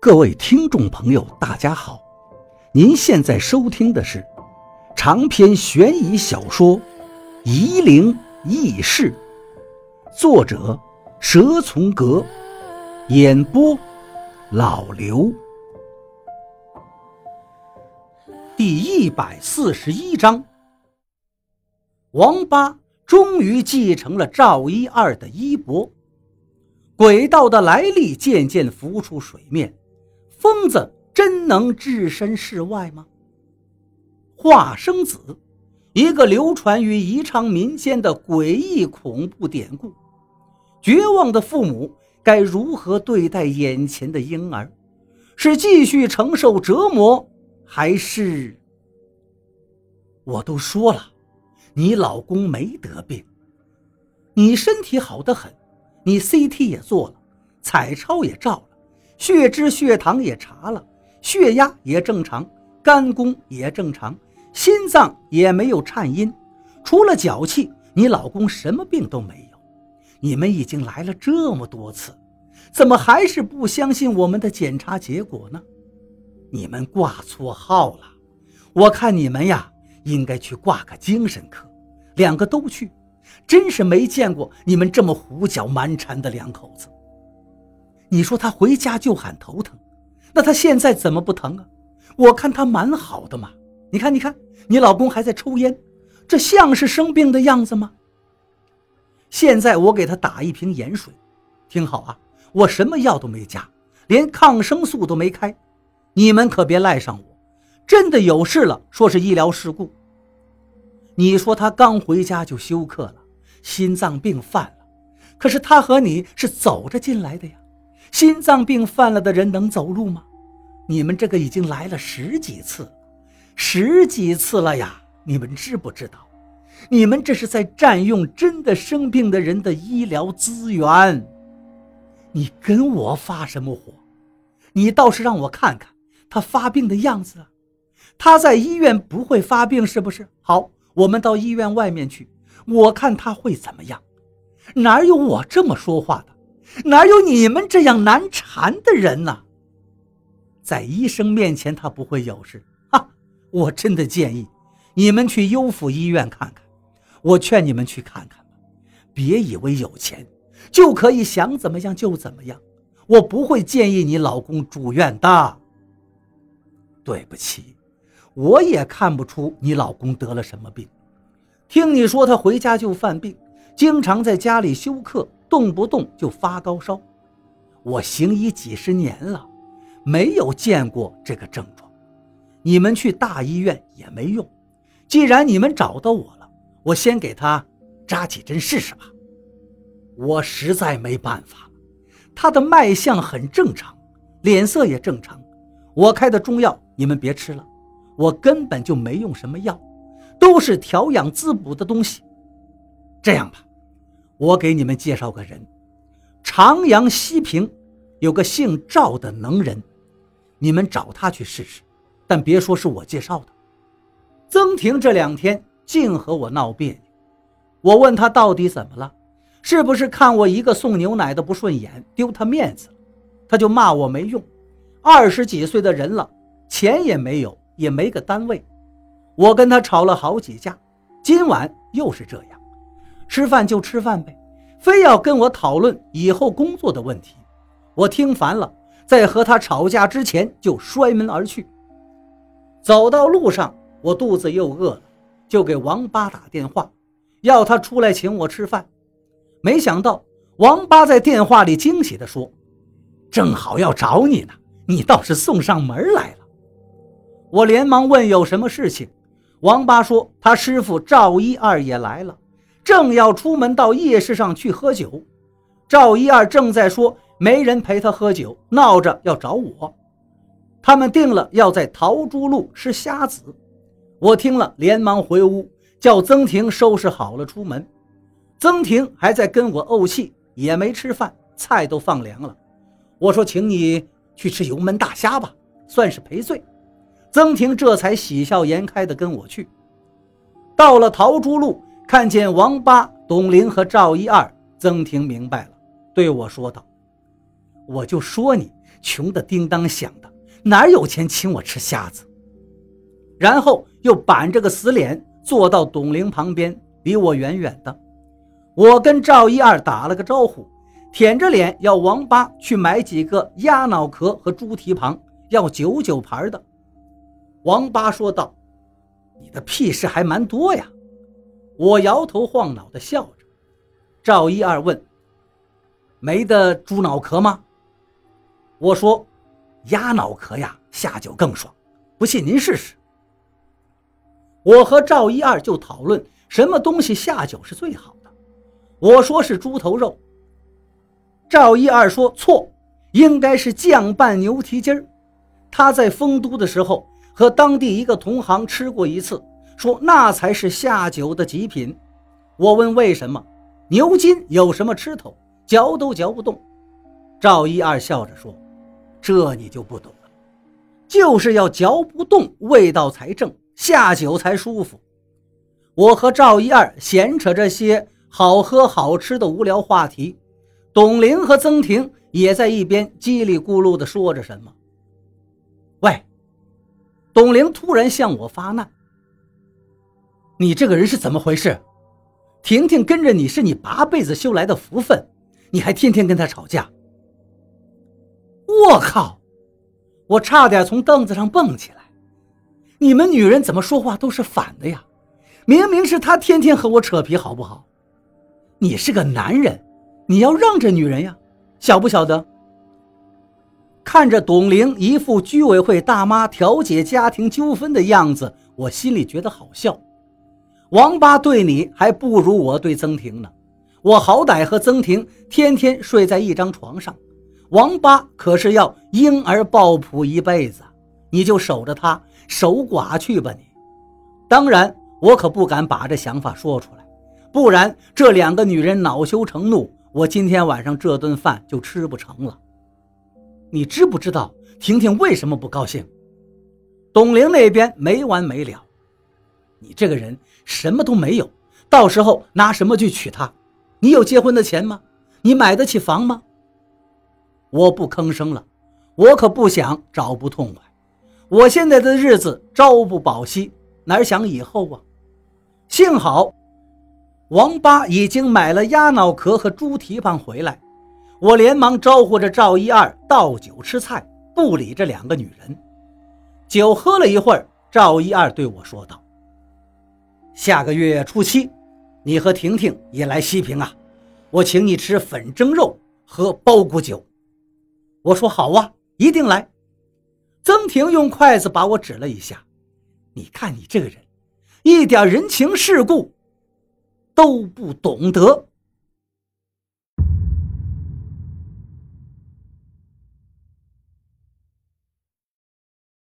各位听众朋友大家好，您现在收听的是长篇悬疑小说《夷陵轶事》，作者蛇从阁，演播老刘。第141章，王八终于继承了赵一二的衣钵，诡道的来历渐渐浮出水面。疯子真能置身事外吗？华生子，一个流传于宜昌民间的诡异恐怖典故。绝望的父母该如何对待眼前的婴儿？是继续承受折磨，还是……我都说了，你老公没得病，你身体好得很，你 CT 也做了，彩超也照了，血脂血糖也查了，血压也正常，肝功也正常，心脏也没有颤音，除了脚气，你老公什么病都没有。你们已经来了这么多次，怎么还是不相信我们的检查结果呢？你们挂错号了，我看你们呀，应该去挂个精神科，两个都去，真是没见过你们这么胡搅蛮缠的两口子。你说他回家就喊头疼，那他现在怎么不疼啊？我看他蛮好的嘛。你看，你老公还在抽烟，这像是生病的样子吗？现在我给他打一瓶盐水，听好啊，我什么药都没加，连抗生素都没开，你们可别赖上我，真的有事了说是医疗事故。你说他刚回家就休克了，心脏病犯了，可是他和你是走着进来的呀，心脏病犯了的人能走路吗？你们这个已经来了十几次了呀，你们知不知道？你们这是在占用真的生病的人的医疗资源。你跟我发什么火？你倒是让我看看他发病的样子啊！他在医院不会发病是不是？好，我们到医院外面去，我看他会怎么样。哪有我这么说话的？哪有你们这样难缠的人呢？在医生面前他不会有事哈！我真的建议你们去优抚医院看看，我劝你们去看看吧，别以为有钱就可以想怎么样就怎么样，我不会建议你老公住院的。对不起，我也看不出你老公得了什么病，听你说他回家就犯病，经常在家里休克，动不动就发高烧，我行医几十年了，没有见过这个症状。你们去大医院也没用，既然你们找到我了，我先给他扎几针试试吧。我实在没办法了，他的脉象很正常，脸色也正常，我开的中药你们别吃了，我根本就没用什么药，都是调养滋补的东西。这样吧，我给你们介绍个人，长阳西平有个姓赵的能人，你们找他去试试，但别说是我介绍的。曾婷这2天净和我闹别扭，我问他到底怎么了，是不是看我一个送牛奶的不顺眼，丢他面子了，他就骂我没用，20几岁的人了，钱也没有，也没个单位。我跟他吵了好几架，今晚又是这样，吃饭就吃饭呗，非要跟我讨论以后工作的问题。我听烦了，在和他吵架之前就摔门而去。走到路上，我肚子又饿了，就给王八打电话，要他出来请我吃饭。没想到王八在电话里惊喜地说，正好要找你呢，你倒是送上门来了。我连忙问有什么事情，王八说他师傅赵一二也来了，正要出门到夜市上去喝酒。赵一二正在说没人陪他喝酒，闹着要找我。他们定了要在桃珠路吃虾子。我听了连忙回屋，叫曾婷收拾好了出门。曾婷还在跟我怄气，也没吃饭，菜都放凉了。我说请你去吃油焖大虾吧，算是赔罪。曾婷这才喜笑颜开地跟我去。到了桃珠路，看见王八、董玲和赵一二，曾婷明白了，对我说道，我就说你穷得叮当响的，哪有钱请我吃虾子？然后又板着个死脸坐到董玲旁边，离我远远的。我跟赵一二打了个招呼，舔着脸要王八去买几个鸭脑壳和猪蹄膀，要99盘的。王八说道：你的屁事还蛮多呀。我摇头晃脑地笑着。赵一二问：没的猪脑壳吗？我说：鸭脑壳呀，下酒更爽，不信您试试。我和赵一二就讨论什么东西下酒是最好的。我说是猪头肉，赵一二说错，应该是酱拌牛蹄筋儿。他在丰都的时候和当地一个同行吃过一次，说那才是下酒的极品。我问为什么，牛筋有什么吃头，嚼都嚼不动。赵一二笑着说：这你就不懂了，就是要嚼不动，味道才正，下酒才舒服。我和赵一二闲扯这些好喝好吃的无聊话题，董玲和曾婷也在一边叽里咕噜地说着什么。喂，董玲突然向我发难：你这个人是怎么回事？婷婷跟着你是你8辈子修来的福分，你还天天跟她吵架。我靠！我差点从凳子上蹦起来。你们女人怎么说话都是反的呀？明明是她天天和我扯皮好不好？你是个男人，你要让着女人呀，晓不晓得？看着董玲一副居委会大妈调解家庭纠纷的样子，我心里觉得好笑。王八对你还不如我对曾婷呢，我好歹和曾婷天天睡在一张床上，王八可是要婴儿抱朴一辈子，你就守着他，守寡去吧你。当然我可不敢把这想法说出来，不然这2个女人恼羞成怒，我今天晚上这顿饭就吃不成了。你知不知道婷婷为什么不高兴？董玲那边没完没了：你这个人什么都没有，到时候拿什么去娶她？你有结婚的钱吗？你买得起房吗？我不吭声了，我可不想找不痛快。我现在的日子朝不保夕，哪想以后啊？幸好王八已经买了鸭脑壳和猪蹄膀回来，我连忙招呼着赵一二倒酒吃菜，不理这2个女人。酒喝了一会儿，赵一二对我说道：下个月初7，你和婷婷也来西平啊，我请你吃粉蒸肉喝包谷酒。我说好啊，一定来。曾婷用筷子把我指了一下：你看你这个人，一点人情世故都不懂得。